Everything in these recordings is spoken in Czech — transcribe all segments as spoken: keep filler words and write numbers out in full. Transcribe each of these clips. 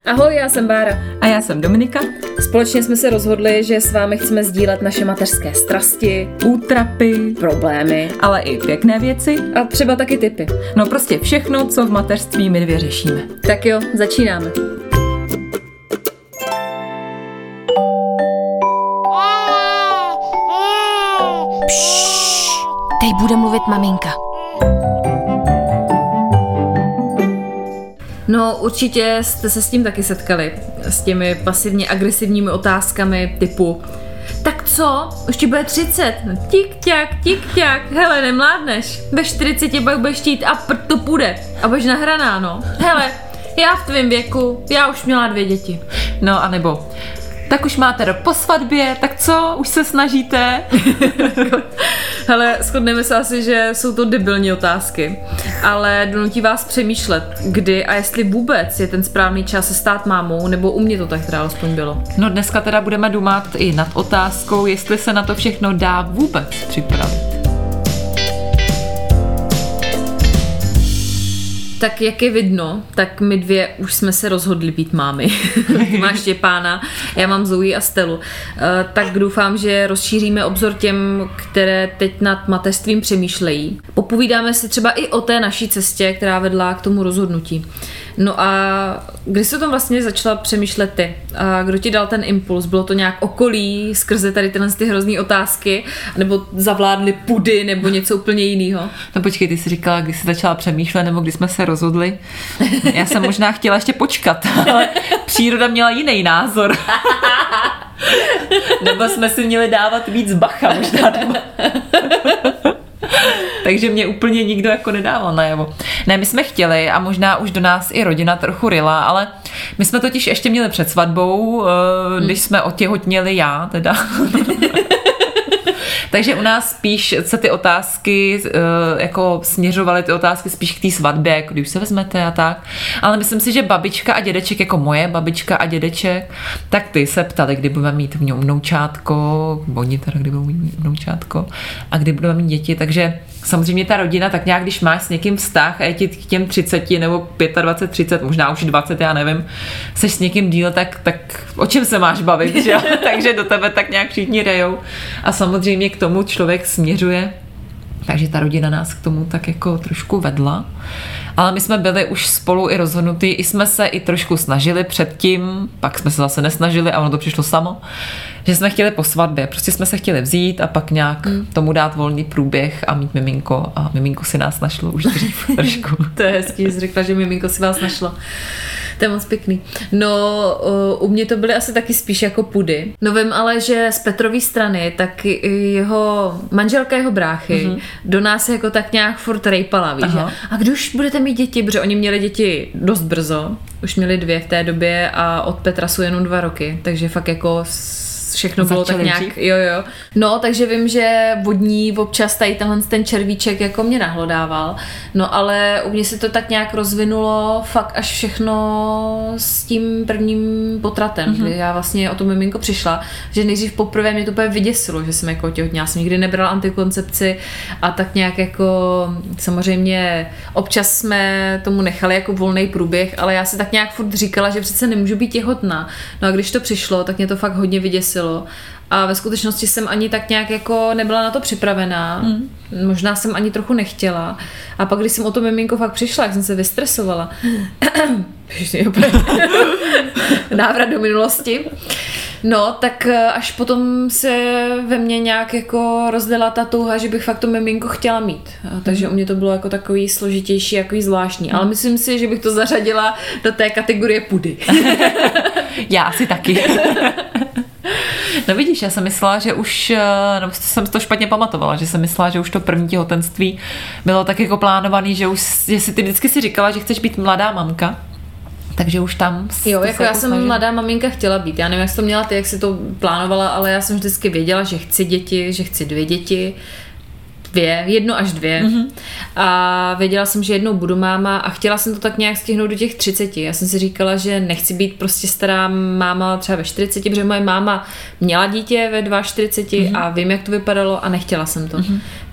Ahoj, já jsem Bára. A já jsem Dominika. Společně jsme se rozhodli, že s vámi chceme sdílet naše mateřské strasti, útrapy, problémy, ale i pěkné věci. A třeba taky tipy. No prostě všechno, co v mateřství my dvě řešíme. Tak jo, začínáme. Pšš, teď bude mluvit maminka. No určitě jste se s tím taky setkali, s těmi pasivně agresivními otázkami typu tak co, už ti bude třicet, tik-ťak, tik-ťak, hele, nemládneš, ve čtyřiceti pak budeš chtít a prd to půjde a budeš nahraná, no, hele, já v tvém věku, já už měla dvě děti. No a nebo tak už máte rok po svatbě, tak co, už se snažíte? Hele, shodneme se asi, že jsou to debilní otázky, ale donutí vás přemýšlet, kdy a jestli vůbec je ten správný čas se stát mámou, nebo u mě to tak teda alespoň bylo. No dneska teda budeme dumat i nad otázkou, jestli se na to všechno dá vůbec připravit. Tak jak je vidno, tak my dvě už jsme se rozhodli být mámy. Ty máš Štěpána, já mám Zoe a Stelu. Tak doufám, že rozšíříme obzor těm, které teď nad mateřstvím přemýšlejí. Popovídáme si třeba i o té naší cestě, která vedla k tomu rozhodnutí. No a kdy jsi o tom vlastně začala přemýšlet ty? A kdo ti dal ten impuls? Bylo to nějak okolí skrze tady tyhle ty hrozný otázky? Nebo zavládly pudy nebo něco úplně jiného? No počkej, ty jsi říkala, kdy jsi začala přemýšlet nebo kdy jsme se rozhodli. Já jsem možná chtěla ještě počkat, ale příroda měla jiný názor. Nebo jsme si měli dávat víc bacha možná. Takže mě úplně nikdo jako nedával najevo. Ne, my jsme chtěli a možná už do nás i rodina trochu ryla, ale my jsme totiž ještě měli před svatbou, když jsme otěhotněli já teda. Takže u nás spíš se ty otázky jako směřovaly ty otázky spíš k té svatbě, jako když se vezmete a tak. Ale myslím si, že babička a dědeček, jako moje babička a dědeček, tak ty se ptali, kdy budeme mít vnoučátko, oni teda kdy budou mít vnoučátko a kdy budeme mít děti, takže samozřejmě ta rodina, tak nějak, když máš s někým vztah a je ti k těm třiceti nebo dvacet pět, třicet, možná už dvacet, já nevím, seš s někým díl, tak, tak o čem se máš bavit, že? Takže do tebe tak nějak všichni rejou a samozřejmě k tomu člověk směřuje, takže ta rodina nás k tomu tak jako trošku vedla. Ale my jsme byli už spolu i rozhodnutí, i jsme se i trošku snažili předtím, pak jsme se zase nesnažili a ono to přišlo samo, že jsme chtěli po svatbě, prostě jsme se chtěli vzít a pak nějak mm. tomu dát volný průběh a mít miminko a miminko si nás našlo už dřív trošku. To je hezký, že jsi řekla, že miminko si vás našlo. To je moc pěkný. No, u mě to byly asi taky spíš jako pudy. No vím ale, že z Petrový strany, tak jeho manželka, jeho bráchy, mm-hmm. do nás jako tak nějak furt rejpala, víš, že? A kdy už budete mít děti? Protože oni měli děti dost brzo, už měli dvě v té době a od Petra jsou jenom dva roky, takže fakt jako všechno bylo tak nějak, dřív? jo jo. No, takže vím, že vodní občas tady tenhle ten červíček jako mě nahlodával, no ale u mě se to tak nějak rozvinulo fakt až všechno s tím prvním potratem, mm-hmm. kdy já vlastně o to miminko přišla, že nejdřív poprvé mě to úplně vyděsilo, že jsem jako těhotněla, jsem nikdy nebrala antikoncepci a tak nějak jako samozřejmě občas jsme tomu nechali jako volný průběh, ale já si tak nějak furt říkala, že přece nemůžu být těhotná. No a když to přišlo, tak mě to fakt hodně vyděsilo. A ve skutečnosti jsem ani tak nějak jako nebyla na to připravená. Mm. Možná jsem ani trochu nechtěla. A pak, když jsem o to miminko fakt přišla, jak jsem se vystresovala. Návrat do minulosti. No, tak až potom se ve mně nějak jako rozděla ta touha, že bych fakt to miminko chtěla mít. A takže mm. u mě to bylo jako takový složitější, jako zvláštní. Mm. Ale myslím si, že bych to zařadila do té kategorie pudy. Já asi taky. No vidíš, já jsem myslela, že už, nebo jsem to špatně pamatovala, že jsem myslela, že už to první těhotenství bylo tak jako plánovaný, že už, že si ty vždycky si říkala, že chceš být mladá mamka. Takže už tam... Jo, jako já jsem snažila. Mladá maminka chtěla být. Já nevím, jak jsi to měla ty, jak jsi to plánovala, ale já jsem vždycky věděla, že chci děti, že chci dvě děti. Dvě, jedno až dvě. Mm-hmm. A věděla jsem, že jednou budu máma a chtěla jsem to tak nějak stihnout do těch třiceti. Já jsem si říkala, že nechci být prostě stará máma třeba ve čtyřiceti, protože moje máma měla dítě ve čtyřiceti dvou mm-hmm. a vím, jak to vypadalo a nechtěla jsem to. Mm-hmm.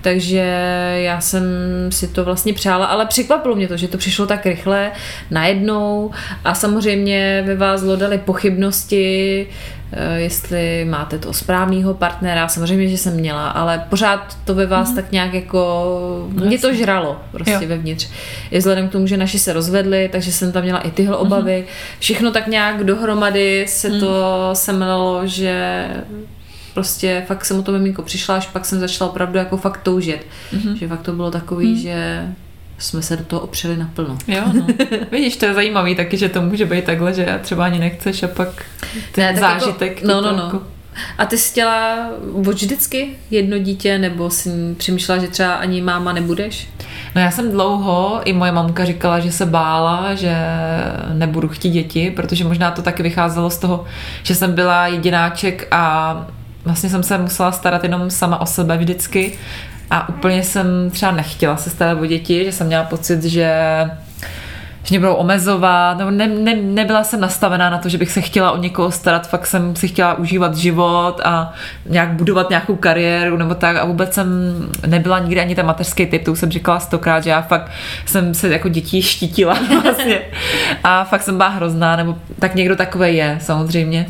takže já jsem si to vlastně přála, ale překvapilo mě to, že to přišlo tak rychle, najednou a samozřejmě ve vás zlodaly pochybnosti, jestli máte toho správného partnera, samozřejmě, že jsem měla, ale pořád to ve vás mm. tak nějak jako, mě to žralo prostě jo. vevnitř. I vzhledem k tomu, že naši se rozvedli, takže jsem tam měla i tyhle obavy. Mm. Všechno tak nějak dohromady se mm. to semlelo, že prostě fakt jsem o to miminko přišla, až pak jsem začala opravdu jako fakt toužit. Mm. Že fakt to bylo takový, mm. že jsme se do toho opřeli naplno. Jo, no. Vidíš, to je zajímavý taky, že to může být takhle, že třeba ani nechceš a pak ten ne, zážitek. Jako, no, no, no. Jako... A ty jsi chtěla od vždycky jedno dítě, nebo jsi přemýšlela, že třeba ani máma nebudeš? No já jsem dlouho, i moje mamka říkala, že se bála, že nebudu chtít děti, protože možná to taky vycházelo z toho, že jsem byla jedináček a vlastně jsem se musela starat jenom sama o sebe vždycky. A úplně jsem třeba nechtěla se starat o děti, že jsem měla pocit, že, že mě budou omezovat, nebo ne, ne, nebyla jsem nastavená na to, že bych se chtěla o někoho starat, fakt jsem si chtěla užívat život a nějak budovat nějakou kariéru nebo tak a vůbec jsem nebyla nikdy ani ten mateřský typ, to už jsem říkala stokrát, že já fakt jsem se jako dětí štítila vlastně a fakt jsem byla hrozná, nebo tak někdo takový je samozřejmě.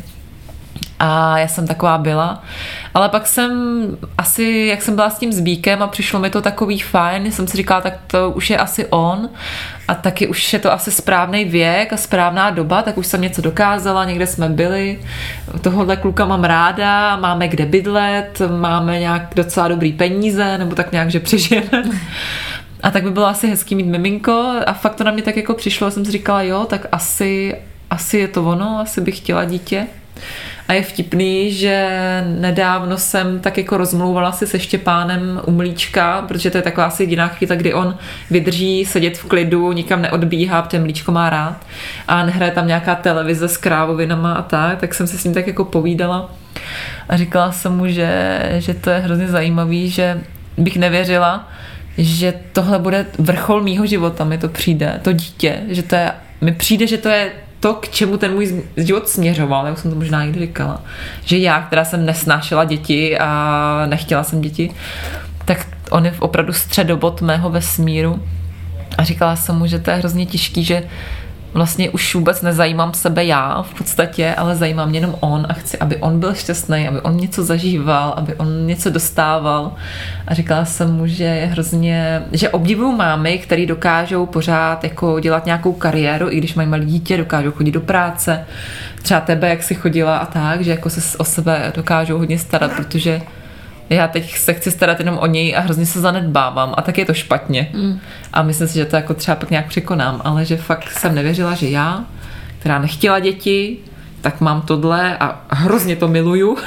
A já jsem taková byla. Ale pak jsem asi, jak jsem byla s tím Zbíkem a přišlo mi to takový fajn, jsem si říkala, tak to už je asi on a taky už je to asi správný věk a správná doba, tak už jsem něco dokázala, někde jsme byli, tohohle kluka mám ráda, máme kde bydlet, máme nějak docela dobrý peníze, nebo tak nějak, že přežijeme. A tak by bylo asi hezký mít miminko a fakt to na mě tak jako přišlo a jsem si říkala, jo, tak asi, asi je to ono, asi bych chtěla dítě. A je vtipný, že nedávno jsem tak jako rozmlouvala si se Štěpánem u mlíčka, protože to je taková asi jediná chvíle, kdy on vydrží sedět v klidu, nikam neodbíhá, protože mlíčko má rád a nehraje tam nějaká televize s krávovinama a tak, tak jsem se s ním tak jako povídala a říkala jsem mu, že, že to je hrozně zajímavý, že bych nevěřila, že tohle bude vrchol mýho života, mi to přijde, to dítě, že to je, mi přijde, že to je to, k čemu ten můj život směřoval, já jsem to možná někdy říkala, že já, která jsem nesnášela děti a nechtěla jsem děti, tak on je opravdu středobod mého vesmíru a říkala jsem mu, že to je hrozně těžký, že vlastně už vůbec nezajímám sebe já v podstatě, ale zajímá mě jenom on a chci, aby on byl šťastný, aby on něco zažíval, aby on něco dostával. A říkala jsem mu, že je hrozně, že obdivuju mámy, který dokážou pořád jako dělat nějakou kariéru, i když mají malé dítě, dokážou chodit do práce. Třeba tebe, jak jsi chodila a tak, že jako se o sebe dokážou hodně starat, protože já teď se chci starat jenom o něj a hrozně se zanedbávám a tak je to špatně. Mm. A myslím si, že to jako třeba pak nějak překonám, ale že fakt jsem nevěřila, že já, která nechtěla děti, tak mám tohle a hrozně to miluju.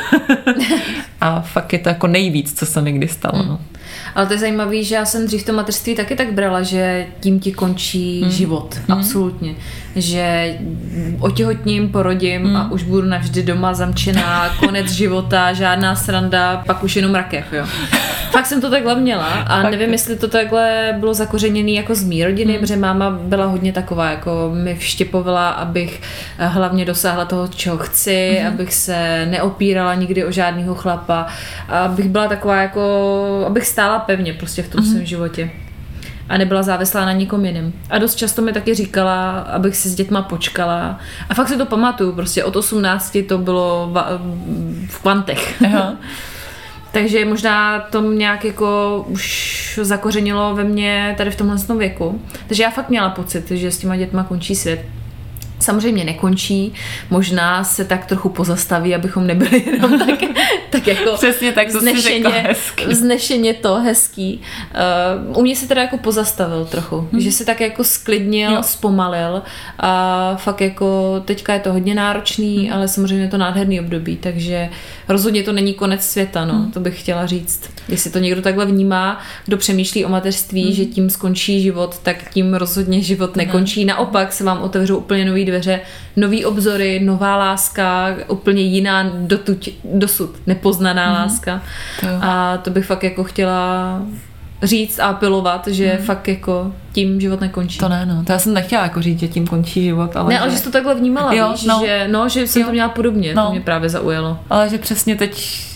A fakt je to jako nejvíc, co se mi kdy stalo. Mm. No. Ale to je zajímavé, že já jsem dřív to mateřství taky tak brala, že tím ti končí mm. život. Mm. Absolutně. Že otěhotním, porodím mm. a už budu navždy doma zamčená, konec života, žádná sranda, pak už jenom rakev, jo. Fakt jsem to takhle měla a fakt. Nevím, jestli to takhle bylo zakořeněné jako z mý rodiny, mm. protože máma byla hodně taková, jako mi vštěpovala, abych hlavně dosáhla toho, čeho chci, mm. abych se neopírala nikdy o žádného chlapa, abych byla taková jako, abych stála pevně prostě v tom mm. svém životě. A nebyla závislá na nikom jiném. A dost často mi taky říkala, abych si s dětma počkala. A fakt si to pamatuju, prostě od osmnácti to bylo v kvantech. Aha. Takže možná to nějak jako už zakořenilo ve mně tady v tomhle věku. Takže já fakt měla pocit, že s těma dětma končí svět. Samozřejmě nekončí, možná se tak trochu pozastaví, abychom nebyli jenom tak, tak jako přesně tak, to vznešeně, vznešeně to hezký. Uh, u mě se teda jako pozastavil trochu, hmm. že se tak jako sklidnil, jo. zpomalil a fakt jako teďka je to hodně náročný, hmm. ale samozřejmě je to nádherný období, takže rozhodně to není konec světa, no, hmm. to bych chtěla říct. Jestli to někdo takhle vnímá, kdo přemýšlí o mateřství, hmm. že tím skončí život, tak tím rozhodně život nekončí. Hmm. Naopak se vám otevřou úplně nový dveře, nový obzory, nová láska, úplně jiná dotuď, dosud nepoznaná mm. láska. To a to bych fakt jako chtěla říct a apelovat, že mm. fakt jako tím život nekončí. To ne, no. To já jsem nechtěla jako říct, že tím končí život, ale ne, že... ale že jsi to takhle vnímala, jo, víš, no. že, no, že jsem jo. to měla podobně, no. to mě právě zaujalo. Ale že přesně teď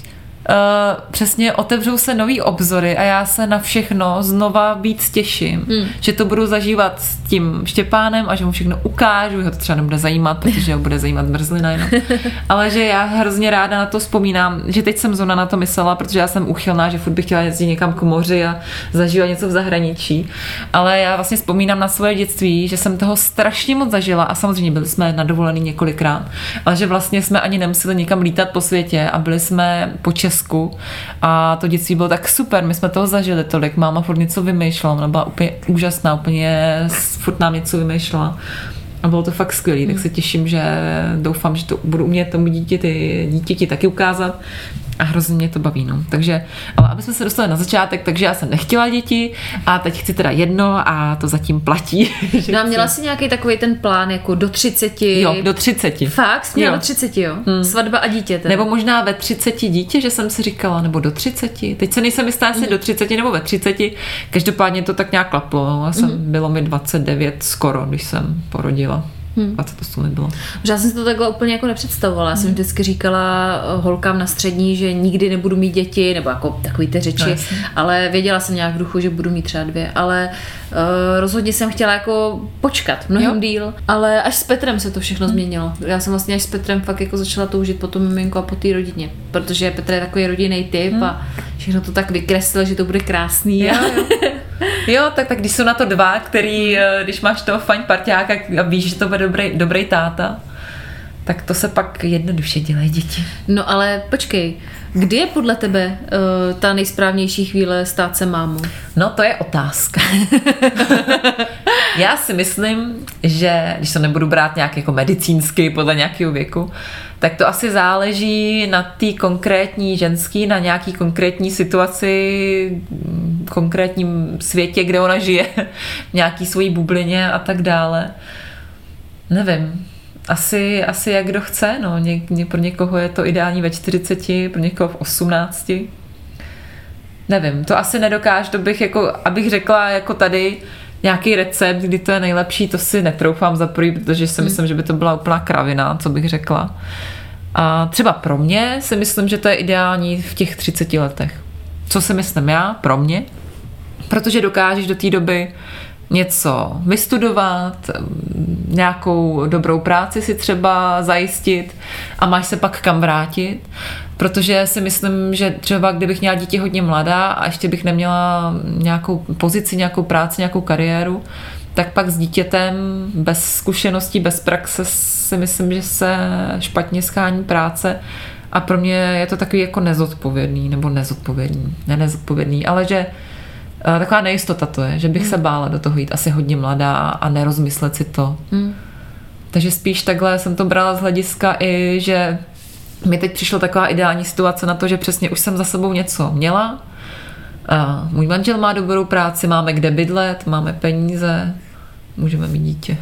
Uh, přesně otevřou se nový obzory a já se na všechno znova víc těším, hmm. že to budu zažívat s tím Štěpánem a že mu všechno ukážu, ho to třeba nebude zajímat, protože ho bude zajímat mrzlina jenom. Ale že já hrozně ráda na to vzpomínám, že teď jsem zrovna na to myslela, protože já jsem uchylná, že furt bych chtěla jezdit někam k moři a zažívat něco v zahraničí. Ale já vlastně vzpomínám na svoje dětství, že jsem toho strašně moc zažila a samozřejmě byli jsme na dovolený několikrát, ale že vlastně jsme ani nemuseli nikam lítat po světě a byli jsme po Česku a to dětství bylo tak super, my jsme toho zažili tolik, máma furt něco vymýšlela, ona byla úplně úžasná, úplně furt nám něco vymýšlela a bylo to fakt skvělý, tak se těším, že doufám, že to budu umět tomu dítěti, dítěti taky ukázat a hrozně mě to baví, no. Takže, ale aby jsme se dostali na začátek, takže já jsem nechtěla děti a teď chci teda jedno a to zatím platí. No a měla jsi nějaký takový ten plán jako do třiceti? Jo, do třiceti. Fakt? Jsi měla do třiceti, jo? Hmm. Svatba a dítě teda. Nebo možná ve třiceti dítě, že jsem si říkala, nebo do třiceti. Teď se nejsem jistá, jestli hmm. do třiceti nebo ve třiceti. Každopádně to tak nějak klaplo. Já jsem, hmm. bylo mi dvacet devět skoro, když jsem porodila. Hmm. dvacet osm let bylo. Já jsem si to takhle úplně jako nepředstavovala. Já jsem hmm. vždycky říkala holkám na střední, že nikdy nebudu mít děti, nebo jako takový ty řeči, no, ale věděla jsem nějak v duchu, že budu mít třeba dvě, ale uh, rozhodně jsem chtěla jako počkat mnohem jo. díl, ale až s Petrem se to všechno hmm. změnilo. Já jsem vlastně až s Petrem fakt jako začala toužit po tom miminku a po té rodině, protože Petr je takový rodinný typ hmm. a všechno to tak vykreslil, že to bude krásný. Jo, jo. Jo, tak, tak když jsou na to dva, který, když máš toho fajn parťáka a víš, že to bude dobrý, dobrý táta, tak to se pak jednoduše dělají děti. No ale počkej, kdy je podle tebe uh, ta nejsprávnější chvíle stát se mámou? No to je otázka. Já si myslím, že když to nebudu brát nějak jako medicínsky podle nějakého věku, tak to asi záleží na té konkrétní ženský, na nějaký konkrétní situaci, konkrétním světě, kde ona žije, nějaký svojí bublině a tak dále. Nevím. Asi, asi jak kdo chce, no. Ně, ně, pro někoho je to ideální ve čtyřiceti, pro někoho v osmnácti. Nevím, to asi nedokážu, to bych jako, abych řekla jako tady nějaký recept, kdy to je nejlepší, to si netroufám za prvý, protože si myslím, že by to byla úplná kravina, co bych řekla. A třeba pro mě si myslím, že to je ideální v těch třiceti letech. Co si myslím já? Pro mě? Protože dokážeš do té doby něco vystudovat, nějakou dobrou práci si třeba zajistit a máš se pak kam vrátit, protože si myslím, že třeba kdybych měla dítě hodně mladá a ještě bych neměla nějakou pozici, nějakou práci, nějakou kariéru, tak pak s dítětem bez zkušeností, bez praxe si myslím, že se špatně schání práce a pro mě je to takový jako nezodpovědný, nebo nezodpovědný, ne nezodpovědný, ale že taková nejistota to je, že bych hmm. se bála do toho jít asi hodně mladá a nerozmyslet si to. Hmm. Takže spíš takhle jsem to brala z hlediska i, že mi teď přišla taková ideální situace na to, že přesně už jsem za sebou něco měla. A můj manžel má dobrou práci, máme kde bydlet, máme peníze, můžeme mít dítě.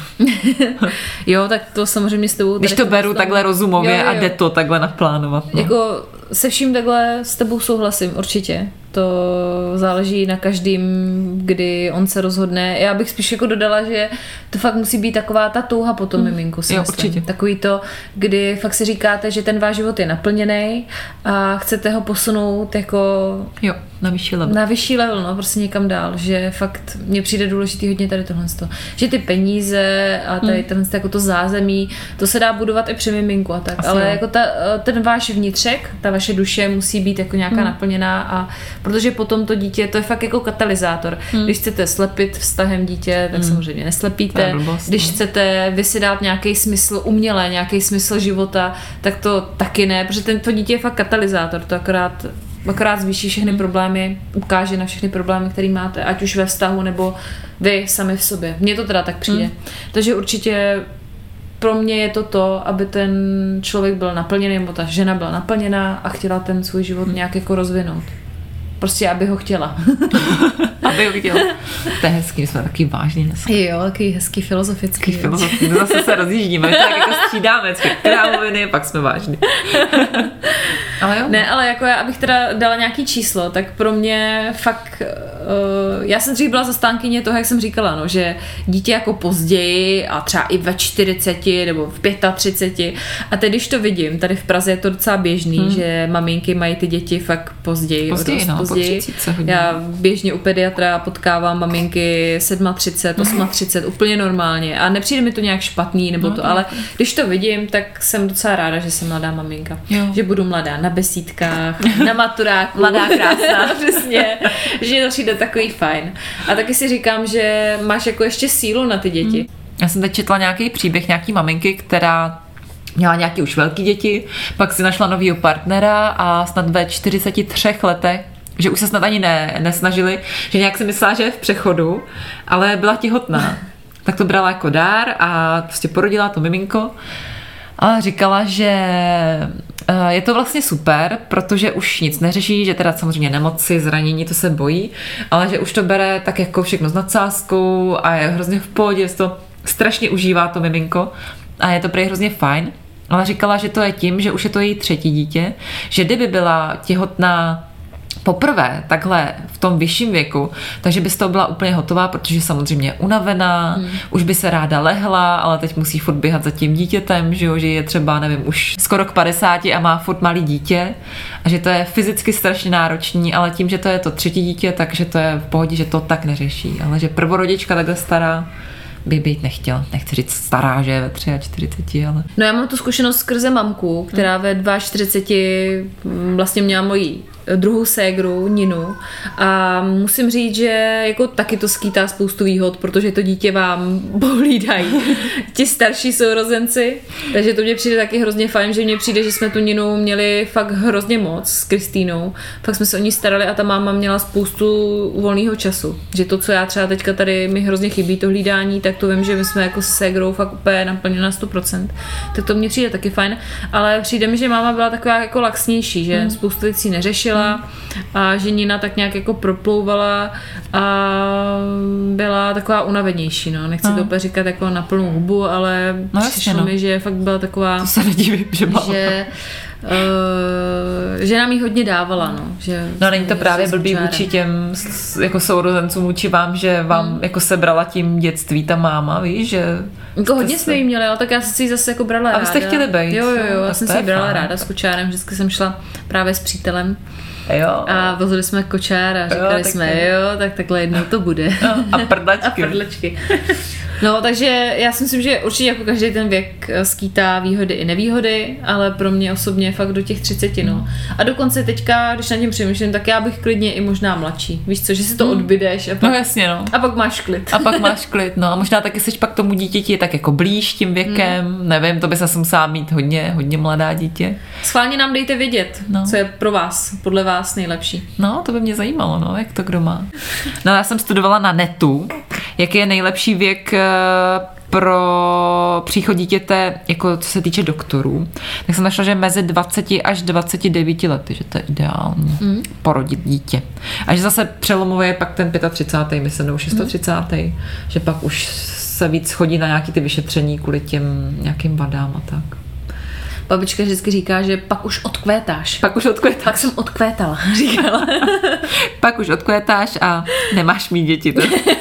Jo, tak to samozřejmě s tebou... Když to beru stavu. Takhle rozumově jo, jo, jo. a jde to takhle naplánovat. No. Jako se vším takhle s tebou souhlasím, určitě. To záleží na každým, kdy on se rozhodne. Já bych spíš jako dodala, že to fakt musí být taková ta touha po tom mm. miminku, si jo, myslím. Určitě. Takový to, kdy fakt si říkáte, že ten váš život je naplněný a chcete ho posunout jako... Jo, na vyšší level. Na vyšší level, no, prostě někam dál. Že fakt mně přijde důležitý hodně tady tohle. Že ty peníze a tady mm. tenhle, jako to zázemí, to se dá budovat i při miminku a tak. Asi ale jo. Jako ta, ten váš vnitřek, ta vaše duše musí být jako nějaká mm. naplněná a protože potom to dítě, to je fakt jako katalyzátor. Hmm. Když chcete slepit vztahem dítě, tak hmm. samozřejmě neslepíte. Blbost, Když ne. chcete vy si dát nějaký smysl uměle, nějaký smysl života, tak to taky ne, protože tento dítě je fakt katalyzátor. To akorát, akorát zvýší všechny hmm. problémy, ukáže na všechny problémy, které máte, ať už ve vztahu, nebo vy sami v sobě. Mně to teda tak přijde. Hmm. Takže určitě pro mě je to to, aby ten člověk byl naplněný, nebo ta žena byla naplněná a chtěla ten svůj život hmm. nějak jako rozvinout. Prostě, aby ho chtěla. aby ho chtěla. To je hezký, my jsme taky vážní dneska. Jo, taky hezký filozofický. filozofický. Zase se rozjíždíme, my to tak jako střídáme, krávoviny, pak jsme vážní. Ale jo. Ne, ale jako já, abych teda dala nějaký číslo, tak pro mě fakt uh, já jsem dřív byla zastánkyně toho, jak jsem říkala, no, že dítě jako později a třeba i ve čtyřiceti nebo v třiceti a teď, když to vidím, tady v Praze je to docela běžný, hmm. že maminky mají ty děti fakt později. Později, no, později. Já běžně u pediatra potkávám maminky třicet sedm, třicet osm, úplně normálně a nepřijde mi to nějak špatný, nebo no, to, ale když to vidím, tak jsem docela ráda, že jsem mladá maminka. Jo. Že budu mladá na besídkách, na maturáku. Mladá krásná. Přesně. Že to přijde takový fajn. A taky si říkám, že máš jako ještě sílu na ty děti. Hmm. Já jsem teď četla nějaký příběh nějaký maminky, která měla nějaký už velký děti, pak si našla novýho partnera a snad ve čtyřiceti třech letech, že už se snad ani ne, nesnažili, že nějak si myslela, že je v přechodu, ale byla těhotná. Tak to brala jako dár a prostě porodila to miminko. A říkala, že je to vlastně super, protože už nic neřeší, že teda samozřejmě nemoci, zranění, to se bojí, ale že už to bere tak jako všechno s nadsázkou a je hrozně v pohodě, to strašně užívá to miminko a je to prý hrozně fajn. Ale říkala, že to je tím, že už je to její třetí dítě, že kdyby byla těhotná poprvé takhle v tom vyšším věku, takže by z toho byla úplně hotová, protože samozřejmě je unavená, hmm. už by se ráda lehla, ale teď musí furt běhat za tím dítětem, že, jo, že je třeba, nevím, už skoro k padesáti a má furt malý dítě a že to je fyzicky strašně náročný, ale tím, že to je to třetí dítě, takže to je v pohodě, že to tak neřeší, ale že prvorodička takhle stará by být nechtěla. Nechci říct stará, že je ve čtyřiceti tři, ale... No já mám tu zkušenost skrze mamku, která ve čtyřiceti dvou vlastně měla moji druhou ségru, Ninu, a musím říct, že jako taky to skýtá spoustu výhod, protože to dítě vám pohlídají ti starší sourozenci, takže to mně přijde taky hrozně fajn, že mně přijde, že jsme tu Ninu měli fakt hrozně moc s Kristýnou, fakt jsme se o ní starali a ta máma měla spoustu volného času, že to, co já třeba teďka tady mi hrozně chybí, to hlídání, tak to vím, že my jsme jako s ségrou fakt úplně naplněni na sto procent, tak to mně přijde taky fajn, ale přijde mi, že máma byla taková jako laxnější, že hmm. spoustu věcí neřešila a že Nina tak nějak jako proplouvala a byla taková unavenější, no. Nechci no. to úplně říkat jako na plnou hubu, ale no, přišlo jasně, no. mi, že fakt byla taková... To se nedivím, že byla. Že, uh, že nám jí hodně dávala, no. Že no není to právě blbý vůči těm jako sourozencům, vůči vám, že vám hmm. jako sebrala tím dětství ta máma, víš, že... Jako hodně jsme jí měli, ale tak já jsem si ji zase jako brala ráda. A vy jste chtěli být. Jo, jo, jo, já jsem si ji brala ráda s kočárem, vždycky jsem šla právě s přítelem. Jo. A vozili jsme kočár a říkali jo, jsme, jo, tak takhle jednou to bude. No, a prdlačky. A prdlačky. No, takže já si myslím, že určitě jako každý ten věk skýtá výhody i nevýhody, ale pro mě osobně fakt do těch třiceti, no. A dokonce teďka, když na tím přemýšlím, tak já bych klidně i možná mladší. Víš co, že si to odbydeš a pak, no, jasně, no. a pak máš klid. A pak máš klid, no. A možná taky seš pak tomu dítěti tak jako blíž tím věkem, hmm. nevím, to by se musela mít hodně, hodně mladá dítě. Schválně nám dejte vědět, no. co je pro vás, podle vás nejlepší. No, to by mě zajímalo, no, jak to kdo má. No, já jsem studovala na netu, jaký je nejlepší věk pro příchod dítěte, jako co se týče doktorů, tak jsem našla, že mezi dvaceti až dvaceti devíti lety, že to je ideální mm. porodit dítě. A že zase přelomově je pak ten třicátý pátý myslím, nebo třicátý šestý Mm. že pak už se víc chodí na nějaký ty vyšetření kvůli těm nějakým vadám a tak. Babička vždycky říká, že pak už odkvétáš. Pak už odkvétáš. Pak jsem odkvétala, říkala. Pak už odkvétáš a nemáš mít děti.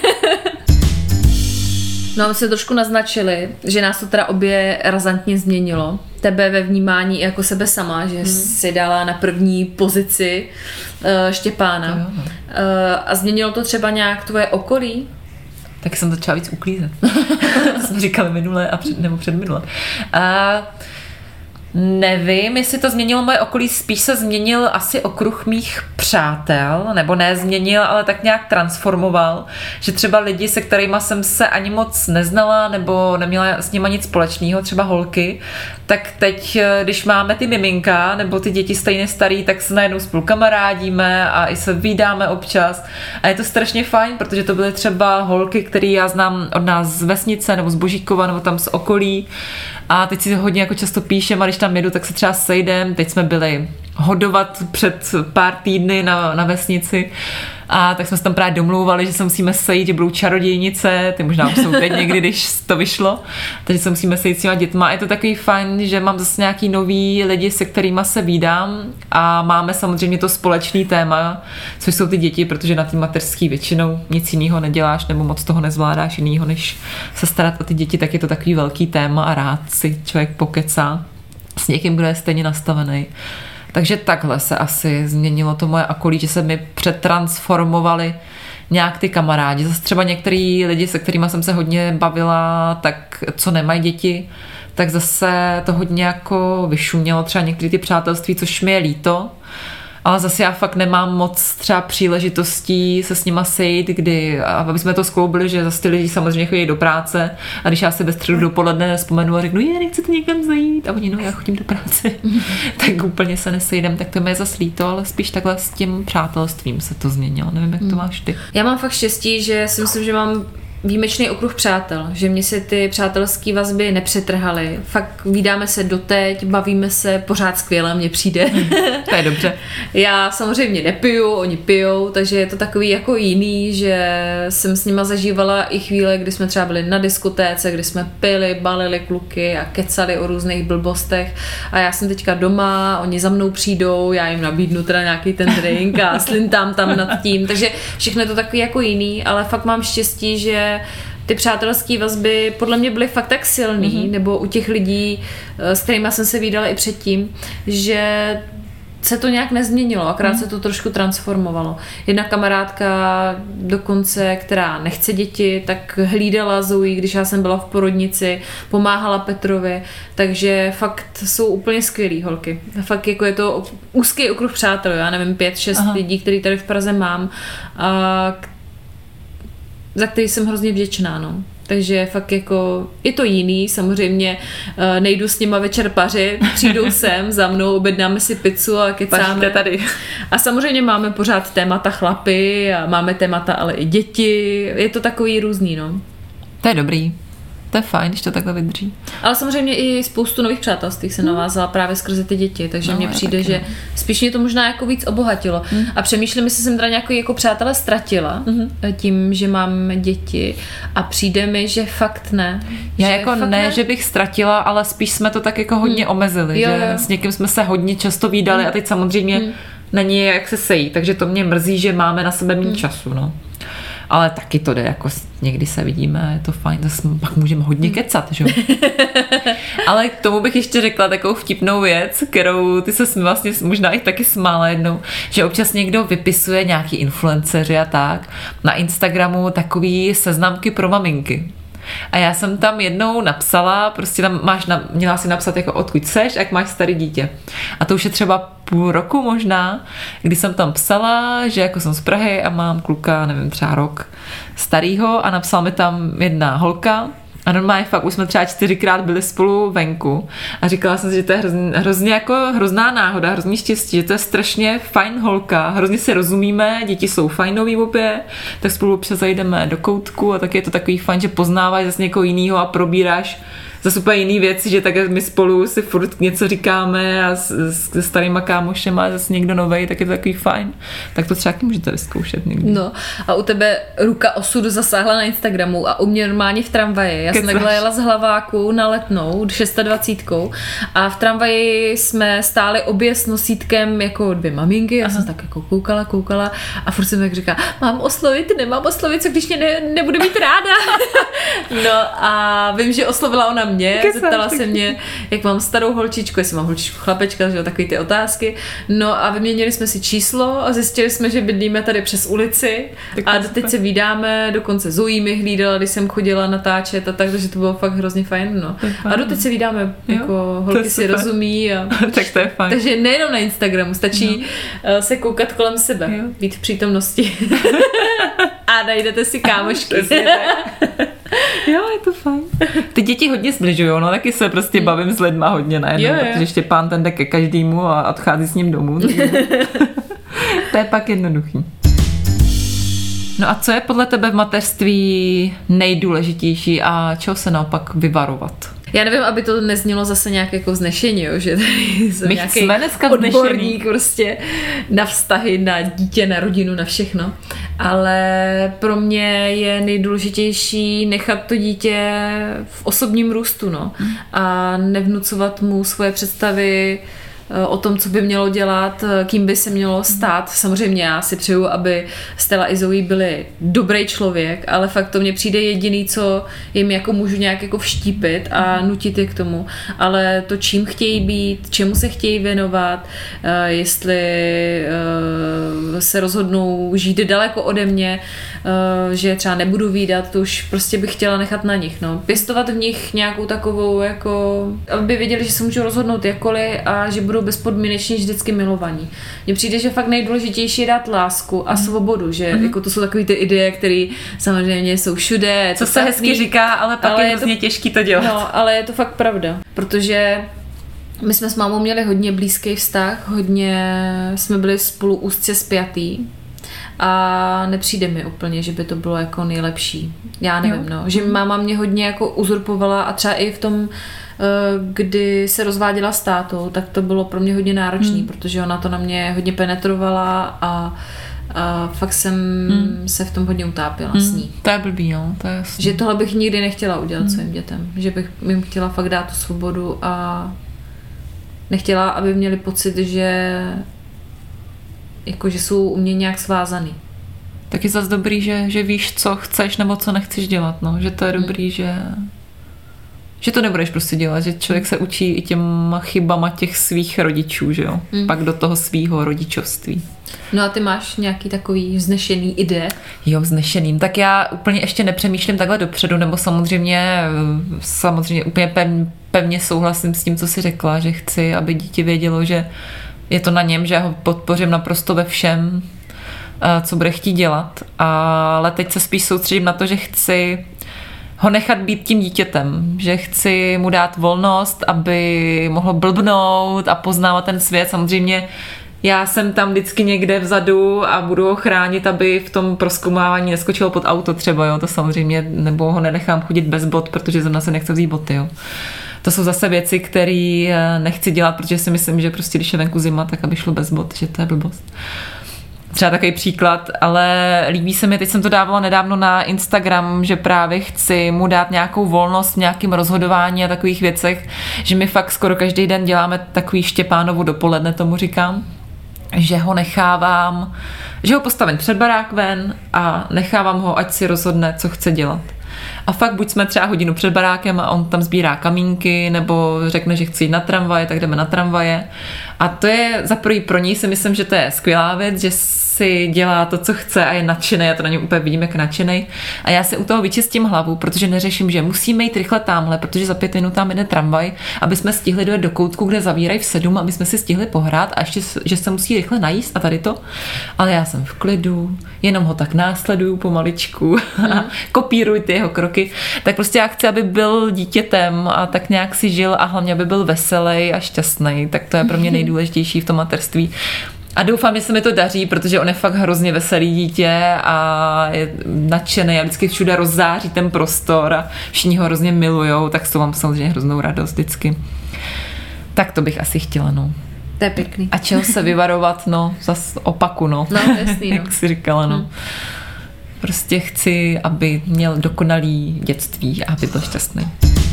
No, my jsme trošku naznačili, že nás to teda obě razantně změnilo. Tebe ve vnímání jako sebe sama, že hmm. jsi dala na první pozici uh, Štěpána. Jo, no. uh, a změnilo to třeba nějak tvoje okolí? Tak jsem začala víc uklízet. To jsme říkali minule a před, nebo předminule. Uh, Nevím, jestli to změnilo moje okolí, spíš se změnil asi okruh mých přátel, nebo ne změnil, ale tak nějak transformoval, že třeba lidi, se kterými jsem se ani moc neznala, nebo neměla s nima nic společného, třeba holky, tak teď, když máme ty miminka, nebo ty děti stejně starý, tak se najednou spolu kamarádíme a i se vídáme občas a je to strašně fajn, protože to byly třeba holky, které já znám od nás z vesnice, nebo z Božíkova, nebo tam z okolí a teď si hodně jako často píšem a když tam jedu, tak se třeba sejdem. Teď jsme byli hodovat před pár týdny na, na vesnici A tak jsme se tam právě domlouvali, že se musíme sejít, že budou čarodějnice, ty možná už jsou teď někdy, když to vyšlo, takže se musíme sejít s těma dětma. Je to takový fajn, že mám zase nějaký nový lidi, se kterými se vídám a máme samozřejmě to společný téma, což jsou ty děti, protože na té mateřský většinou nic jiného neděláš nebo moc toho nezvládáš jinýho, než se starat o ty děti, tak je to takový velký téma a rád si člověk pokecá s někým, kdo je stejně nastavený. Takže takhle se asi změnilo to moje okolí, že se mi přetransformovali nějak ty kamarádi. Zase třeba některý lidi, se kterými jsem se hodně bavila, tak co nemají děti, tak zase to hodně jako vyšumělo, třeba některé ty přátelství, což mi je líto. Ale zase já fakt nemám moc třeba příležitostí se s nima sejít, kdy, aby jsme to skloubili, že zase ty lidi samozřejmě chodí do práce a když já si ve středu dopoledne vzpomenu a řeknu, je, nechcete někam zajít a oni, no já chodím do práce, tak úplně se nesejdem, tak to mi je zase líto, ale spíš takhle s tím přátelstvím se to změnilo, nevím, jak to máš ty. Já mám fakt štěstí, že si myslím, že mám výjimečný okruh přátel, že mě se ty přátelské vazby nepřetrhaly. Fakt vídáme se doteď, bavíme se pořád skvěle, mně přijde. To je dobře. Já samozřejmě nepiju, oni pijou, takže je to takový jako jiný, že jsem s nima zažívala i chvíle, kdy jsme třeba byli na diskotéce, kdy jsme pili, balili kluky a kecali o různých blbostech a já jsem teďka doma, oni za mnou přijdou, já jim nabídnu teda nějaký ten drink a slintám tam nad tím, takže všechno je to takový jako jiný, ale fakt mám štěstí, že ty přátelské vazby podle mě byly fakt tak silný, mm-hmm. nebo u těch lidí, s kterými jsem se vídala i předtím, že se to nějak nezměnilo, akorát mm. se to trošku transformovalo. Jedna kamarádka dokonce, která nechce děti, tak hlídala Zoe, když já jsem byla v porodnici, pomáhala Petrovi, takže fakt jsou úplně skvělý holky. Fakt jako je to úzký okruh přátel, já nevím, pět, šest Aha. lidí, který tady v Praze mám, a za který jsem hrozně vděčná, no. Takže fakt jako, je to jiný, samozřejmě nejdu s nima večer pařit, přijdou sem za mnou, objednáme si pizzu a kecáme. Tady. A samozřejmě máme pořád témata chlapy a máme témata ale i děti, je to takový různý, no. To je dobrý. To je fajn, když to takhle vydrží. Ale samozřejmě i spoustu nových přátelství se navázala právě skrze ty děti, takže no, mně přijde, taky, že no. spíš mě to možná jako víc obohatilo. Mm. A přemýšlím, jestli jsem teda nějaký jako přátele ztratila mm. tím, že mám děti a přijde mi, že fakt ne. Já že jako ne, ne, že bych ztratila, ale spíš jsme to tak jako hodně mm. omezili, jo, že jo. s někým jsme se hodně často vídali mm. a teď samozřejmě mm. není jak se sejít, takže to mě mrzí, že máme na sebe méně mm. času, no. Ale taky to jde, jako někdy se vidíme, je to fajn, zase pak můžeme hodně kecat, že? Ale k tomu bych ještě řekla takovou vtipnou věc, kterou ty se vlastně možná i taky smála jednou, že občas někdo vypisuje nějaký influenceři a tak na Instagramu takový seznamky pro maminky. A já jsem tam jednou napsala, prostě tam máš, na, měla si napsat jako odkud seš, jak máš starý dítě. A to už je třeba půl roku možná, kdy jsem tam psala, že jako jsem z Prahy a mám kluka, nevím, třeba rok starýho a napsala mi tam jedna holka. A normálně fakt už jsme třeba čtyřikrát byli spolu venku a říkala jsem si, že to je hrozně, hrozně jako hrozná náhoda, hrozně štěstí, že to je strašně fajn holka, hrozně si rozumíme, děti jsou fajnový obě, tak spolu občas zajdeme do koutku a tak je to takový fajn, že poznáváš zase někoho jinýho a probíráš zase úplně jiný věci, že tak my spolu si furt něco říkáme a se starýma kámošema a zase někdo novej, tak je to takový fajn. Tak to třeba můžete vyzkoušet někdy. No a u tebe ruka osudu zasáhla na Instagramu a u mě normálně v tramvaji. Já jsem takhle jela z Hlaváku na Letnou šestadvacítkou a v tramvaji jsme stáli obě s nosítkem jako dvě maminky. Já Aha. jsem tak jako koukala, koukala a furt jsem tak říkala, mám oslovit, nemám oslovit, co když mě ne, nebudu mít ráda. No a vím, že oslovila ona mě, zeptala se mě, jak mám starou holčičku, jestli mám holčičku chlapečka, že jo, takový ty otázky. No a vyměnili jsme si číslo a zjistili jsme, že bydlíme tady přes ulici tak a teď se vídáme, dokonce Zoe mi hlídala, když jsem chodila natáčet a tak, takže to bylo fakt hrozně fajn, no. A doteď se vídáme, jo, jako holky si rozumí a tak to je fajn. Takže nejenom na Instagramu, stačí no. se koukat kolem sebe, jo. být v přítomnosti. A najdete si kámošky. Jo, je to fajn. Ty děti hodně zbližujou, no taky se prostě hmm. bavím s lidma hodně najednou, jo, jo. protože Štěpán ten jde ke každému a odchází s ním domů. To je pak jednoduchý. No a co je podle tebe v mateřství nejdůležitější a čeho se naopak vyvarovat? Já nevím, aby to neznělo zase nějak jako vznešení, jo, že tady jsem My nějaký jsme dneska odborník prostě na vztahy, na dítě, na rodinu, na všechno. Ale pro mě je nejdůležitější nechat to dítě v osobním růstu, no. A nevnucovat mu svoje představy o tom, co by mělo dělat, kým by se mělo stát. Samozřejmě já si přeju, aby Stella i Zoe byli dobrý člověk, ale fakt to mně přijde jediný, co jim jako můžu nějak jako vštípit a nutit je k tomu. Ale to, čím chtějí být, čemu se chtějí věnovat, jestli se rozhodnou žít daleko ode mě, že třeba nebudu vídat, to už prostě bych chtěla nechat na nich. No. Pěstovat v nich nějakou takovou, jako, aby věděli, že se můžou rozhodnout jakkoliv a že budou bezpodmínečně vždycky milovaní. Mně přijde, že fakt nejdůležitější je dát lásku a svobodu, že mm. jako to jsou takové ty ideje, které samozřejmě jsou všude. Co se hezky hezky říká, ale pak ale je hrozně těžký to dělat. No, ale je to fakt pravda, protože my jsme s mámou měli hodně blízký vztah, hodně jsme byli spolu úzce spjatý a nepřijde mi úplně, že by to bylo jako nejlepší. Já nevím, jo. no. Že máma mě hodně jako uzurpovala a třeba i v tom, kdy se rozváděla s tátou, tak to bylo pro mě hodně náročný, hmm. protože ona to na mě hodně penetrovala a, a fakt jsem hmm. se v tom hodně utápěla hmm. s ní. To je blbý, no, to je jasný. Že tohle bych nikdy nechtěla udělat hmm. svým dětem. Že bych jim chtěla fakt dát tu svobodu a nechtěla, aby měli pocit, že jako, že jsou u mě nějak svázaný. Tak je zase dobrý, že, že víš, co chceš nebo co nechceš dělat, no. Že to je hmm. dobrý, že že to nebudeš prostě dělat, že člověk se učí i těma chybama těch svých rodičů, že jo? Mm. Pak do toho svýho rodičovství. No a ty máš nějaký takový vznešený ide? Jo, vznešeným. Tak já úplně ještě nepřemýšlím takhle dopředu, nebo samozřejmě samozřejmě úplně pevně, pevně souhlasím s tím, co jsi řekla, že chci, aby dítě vědělo, že je to na něm, že já ho podpořím naprosto ve všem, co bude chtít dělat. Ale teď se spíš soustředím na to, že chci ho nechat být tím dítětem, že chci mu dát volnost, aby mohlo blbnout a poznávat ten svět. Samozřejmě já jsem tam vždycky někde vzadu a budu ho chránit, aby v tom prozkoumávání neskočilo pod auto třeba, jo, to samozřejmě, nebo ho nenechám chodit bez bot, protože zrovna se nechce vzít boty, jo. To jsou zase věci, které nechci dělat, protože si myslím, že prostě když je venku zima, tak aby šlo bez bot, že to je blbost. Třeba takový příklad, ale líbí se mi, teď jsem to dávala nedávno na Instagram, že právě chci mu dát nějakou volnost v nějakým rozhodování a takových věcech, že my fakt skoro každý den děláme takový Štěpánovu dopoledne, tomu říkám, že ho nechávám, že ho postavím před barák ven a nechávám ho, ať si rozhodne, co chce dělat. A fakt buď jsme třeba hodinu před barákem a on tam sbírá kamínky, nebo řekne, že chce jít na tramvaje, tak jdeme na tramvaje. A to je za prvý pro ní, si myslím, že to je skvělá věc, že si dělá to, co chce a je nadšený, já to na něm úplně vidím, jak nadšený. A já si u toho vyčistím hlavu, protože neřeším, že musíme jít rychle tamhle, protože za pět minut tam jde tramvaj, aby jsme stihli dojet do koutku, kde zavírají v sedm, aby jsme si stihli pohrát a ještě, že se musí rychle najíst a tady to. Ale já jsem v klidu, jenom ho tak následuju pomaličku a mm. kopíruj ty jeho kroky. Tak prostě já chci, aby byl dítětem a tak nějak si žil a hlavně, aby byl veselý a šťastný. Tak to je pro mě nejdůležitější v tom materství. A doufám, že se mi to daří, protože on je fakt hrozně veselý dítě a je nadšený a vždycky všude rozzáří ten prostor a všichni ho hrozně milujou, tak s toho mám samozřejmě hroznou radost vždycky. Tak to bych asi chtěla, no. To je pěkný. A čeho se vyvarovat, no, zas opaku, no. No, jasný, no. Jak jsi říkala, no. Hmm. Prostě chci, aby měl dokonalý dětství a aby byl šťastný.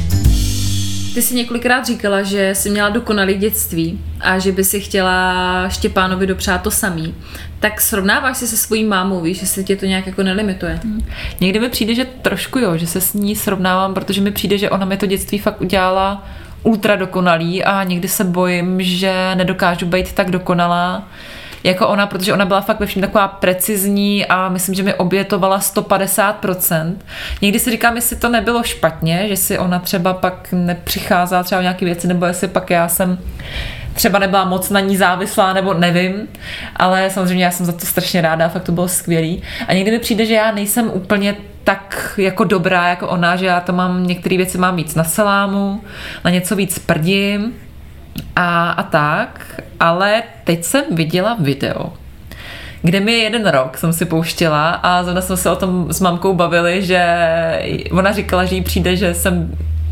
Ty jsi několikrát říkala, že jsi měla dokonalý dětství a že by si chtěla Štěpánovi dopřát to samý. Tak srovnáváš si se svojí mámou, víš, že se tě to nějak jako nelimituje? Hmm. Někdy mi přijde, že trošku jo, že se s ní srovnávám, protože mi přijde, že ona mi to dětství fakt udělala ultra dokonalý a někdy se bojím, že nedokážu být tak dokonalá jako ona, protože ona byla fakt ve všem taková precizní a myslím, že mi obětovala sto padesát procent. Někdy si říkám, jestli to nebylo špatně, že si ona třeba pak nepřicházela třeba o nějaké věci, nebo jestli pak já jsem třeba nebyla moc na ní závislá, nebo nevím, ale samozřejmě já jsem za to strašně ráda, fakt to bylo skvělý. A někdy mi přijde, že já nejsem úplně tak jako dobrá jako ona, že já to mám, některé věci mám víc na salámu, na něco víc prdím a, a tak, ale teď jsem viděla video, kde mi jeden rok jsem si pouštěla a zrovna jsme se o tom s mamkou bavili, že ona říkala, že jí přijde, že jsem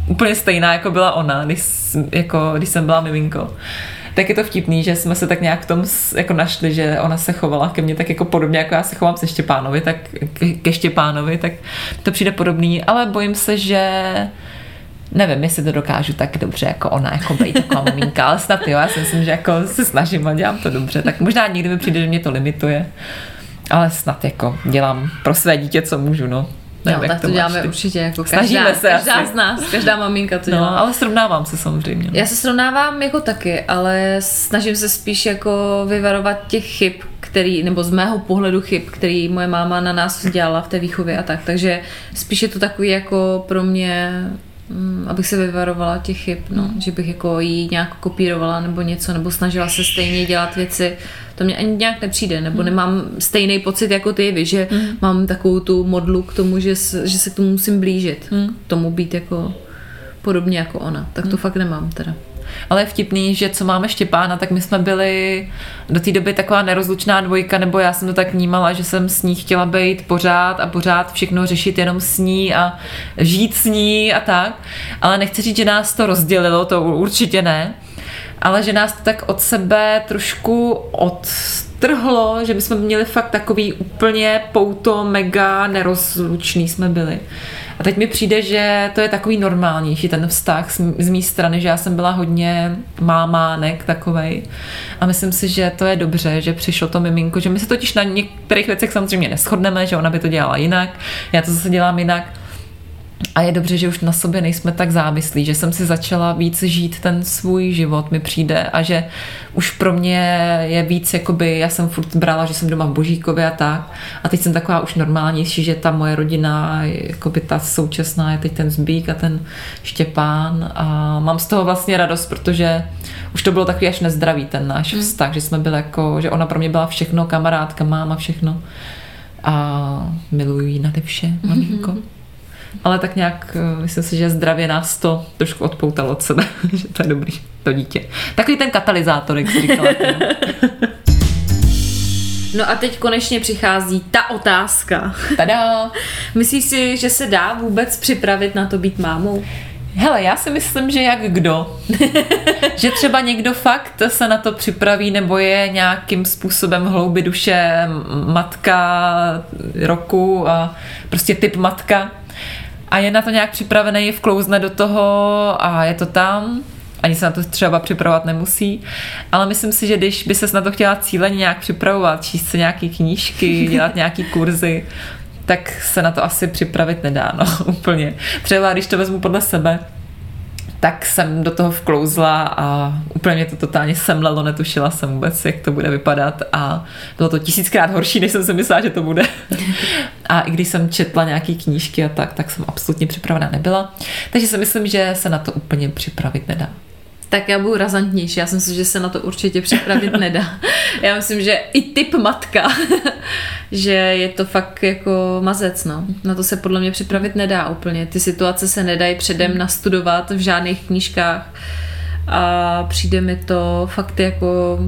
úplně stejná, jako byla ona, když, jako, když jsem byla miminko. Tak je to vtipný, že jsme se tak nějak v tom jako našli, že ona se chovala ke mně tak jako podobně, jako já se chovám se Štěpánovi, tak ke Štěpánovi, tak to přijde podobný, ale bojím se, že nevím, jestli to dokážu tak dobře jako ona, jako být taková maminka, ale snad jo, já si myslím, že jako se snažím a dělám to dobře, tak možná někdy mi přijde, že mě to limituje, ale snad jako dělám pro své dítě, co můžu, no. Nevím, no, tak to, to děláme ty. Určitě jako každá, se každá asi. z nás, každá maminka to dělá. No, ale srovnávám se samozřejmě. Já se srovnávám jako taky, ale snažím se spíš jako vyvarovat těch chyb, který, nebo z mého pohledu chyb, který moje máma na nás dělala v té výchově a tak, takže spíš je to takový jako pro mě, abych se vyvarovala těch chyb, no, mm. že bych jako jí nějak kopírovala nebo něco, nebo snažila se stejně dělat věci, to mě ani nějak nepřijde, nebo mm. nemám stejný pocit jako ty, víš, že mm. mám takovou tu modlu k tomu, že, že se k tomu musím blížit, mm. k tomu být jako podobně jako ona, tak to mm. fakt nemám teda. Ale je vtipný, že co máme Štěpána, tak my jsme byli do té doby taková nerozlučná dvojka, nebo já jsem to tak vnímala, že jsem s ní chtěla být pořád a pořád všechno řešit jenom s ní a žít s ní a tak. Ale nechci říct, že nás to rozdělilo, to určitě ne, ale že nás to tak od sebe trošku odtrhlo, že my jsme měli fakt takový úplně pouto, mega nerozlučný jsme byli. A teď mi přijde, že to je takový normálnější ten vztah z, z mé strany, že já jsem byla hodně mámánek takovej a myslím si, že to je dobře, že přišlo to miminko, že my se totiž na některých věcech samozřejmě neshodneme, že ona by to dělala jinak, já to zase dělám jinak. A je dobře, že už na sobě nejsme tak závislí, že jsem si začala víc žít ten svůj život, mi přijde, a že už pro mě je víc, jakoby, já jsem furt brala, že jsem doma v Božíkově a tak, a teď jsem taková už normálnější, že ta moje rodina, jakoby ta současná, je teď ten Zbík a ten Štěpán a mám z toho vlastně radost, protože už to bylo takový až nezdravý ten náš mm. vztah, že jsme byli jako, že ona pro mě byla všechno, kamarádka, máma, všechno a miluji ji nade vše, maminko. Mm-hmm. Ale tak nějak, myslím si, že zdravě nás to trošku odpoutalo od sebe, že to je dobrý, to dítě. Takový ten katalyzátor, jak jsi říkala. No a teď konečně přichází ta otázka. Tada! Myslíš si, že se dá vůbec připravit na to být mámou? Hele, já si myslím, že jak kdo. Že třeba někdo fakt se na to připraví nebo je nějakým způsobem hloubi duše matka roku a prostě typ matka a je na to nějak připravený, vklouzne do toho a je to tam. Ani se na to třeba připravovat nemusí, ale myslím si, že když by ses na to chtěla cíleně nějak připravovat, číst se nějaký knížky, dělat nějaký kurzy, tak se na to asi připravit nedá, no, úplně. Třeba když to vezmu podle sebe, tak jsem do toho vklouzla a úplně mě to totálně semlelo, netušila jsem vůbec, jak to bude vypadat a bylo to tisíckrát horší, než jsem si myslela, že to bude. A i když jsem četla nějaký knížky a tak, tak jsem absolutně připravená nebyla. Takže si myslím, že se na to úplně připravit nedá. Tak já budu razantnější, já si myslím, že se na to určitě připravit nedá. Já myslím, že i typ matka, že je to fakt jako mazec, no. Na to se podle mě připravit nedá úplně. Ty situace se nedají předem nastudovat v žádných knížkách a přijde mi to fakt jako...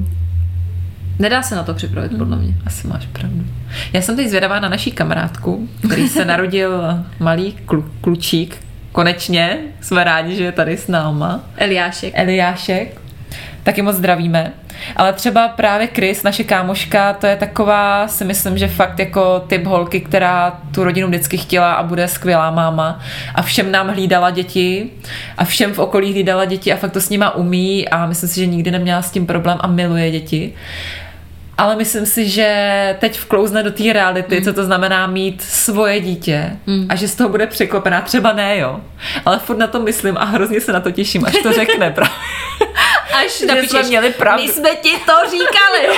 Nedá se na to připravit, podle mě. Asi máš pravdu. Já jsem teď zvědavá na naší kamarádku, který se narodil malý klu, klučík. Konečně jsme rádi, že je tady s náma. Eliášek. Eliášek. Taky moc zdravíme. Ale třeba právě Chris, naše kámoška, to je taková, si myslím, že fakt jako typ holky, která tu rodinu vždycky chtěla a bude skvělá máma. A všem nám hlídala děti a všem v okolí hlídala děti a fakt to s nima umí a myslím si, že nikdy neměla s tím problém a miluje děti. Ale myslím si, že teď vklouzne do té reality, mm. co to znamená mít svoje dítě mm. a že z toho bude překvapená. Třeba ne, jo. Ale furt na to myslím a hrozně se na to těším, až to řekne právě. Až napíšeš, měli pravdu. My jsme ti to říkali.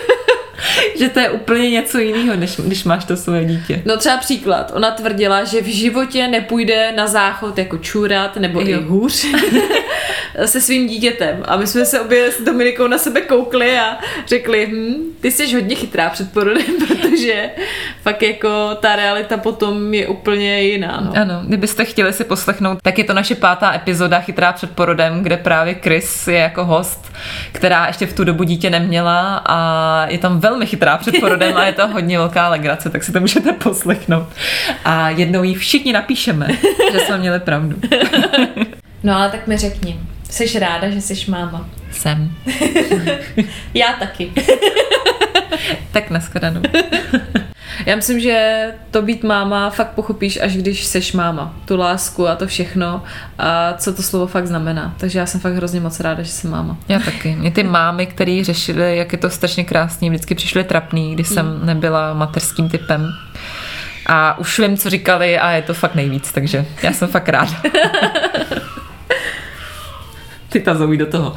Že to je úplně něco jiného, než když máš to svoje dítě. No třeba příklad. Ona tvrdila, že v životě nepůjde na záchod jako čůrat, nebo jo. i hůř, se svým dítětem. A my jsme se obě s Dominikou na sebe koukli a řekli, hm, ty jsi hodně chytrá před porodem, protože fakt jako ta realita potom je úplně jiná. No. Ano, kdybyste chtěli si poslechnout, tak je to naše pátá epizoda Chytrá před porodem, kde právě Chris je jako host, která ještě v tu dobu dítě neměla a je tam velmi chytrá před porodem a je to hodně velká legrace, tak si to můžete poslechnout. A jednou jí všichni napíšeme, že jsme měli pravdu. No ale tak mi řekni, jsi ráda, že jsi máma? Jsem. Já taky. Tak nashledanou. Já myslím, že to být máma fakt pochopíš, až když seš máma. Tu lásku a to všechno a co to slovo fakt znamená. Takže já jsem fakt hrozně moc ráda, že jsem máma. Já taky. Mě ty mámy, které řešily, jak je to strašně krásný, vždycky přišly trapný, když jsem mm. nebyla mateřským typem. A už vím, co říkali a je to fakt nejvíc, takže já jsem fakt ráda. Ty ta Zoe do toho.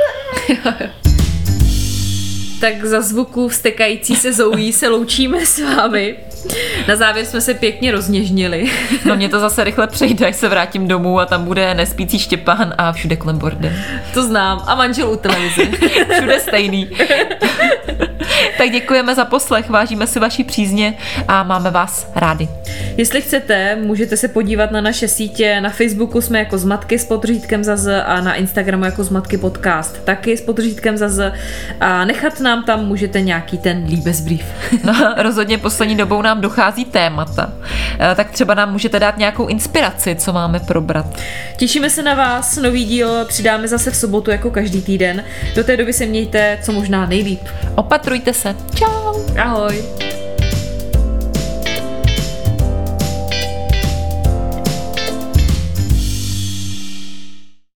Tak za zvuku vstekající se Zoe se loučíme s vámi. Na závěr jsme se pěkně rozněžnili. No mě to zase rychle přejde, až se vrátím domů a tam bude nespící Štěpán a všude kolem bordel. To znám. A manžel u televize. Všude stejný. Tak děkujeme za poslech, vážíme si vaší přízně a máme vás rádi. Jestli chcete, můžete se podívat na naše sítě. Na Facebooku jsme jako Zmatky s podřídkem za Z a na Instagramu jako Zmatky podcast taky s podřídkem za Z a nechat nám tam můžete nějaký ten líbezbrief. No, rozhodně poslední dobou nám dochází témata, tak třeba nám můžete dát nějakou inspiraci, co máme probrat. Těšíme se na vás, nový díl přidáme zase v sobotu jako každý týden. Do té doby se mějte co možná nejlíp. Opatrujte se. Čau. Ahoj.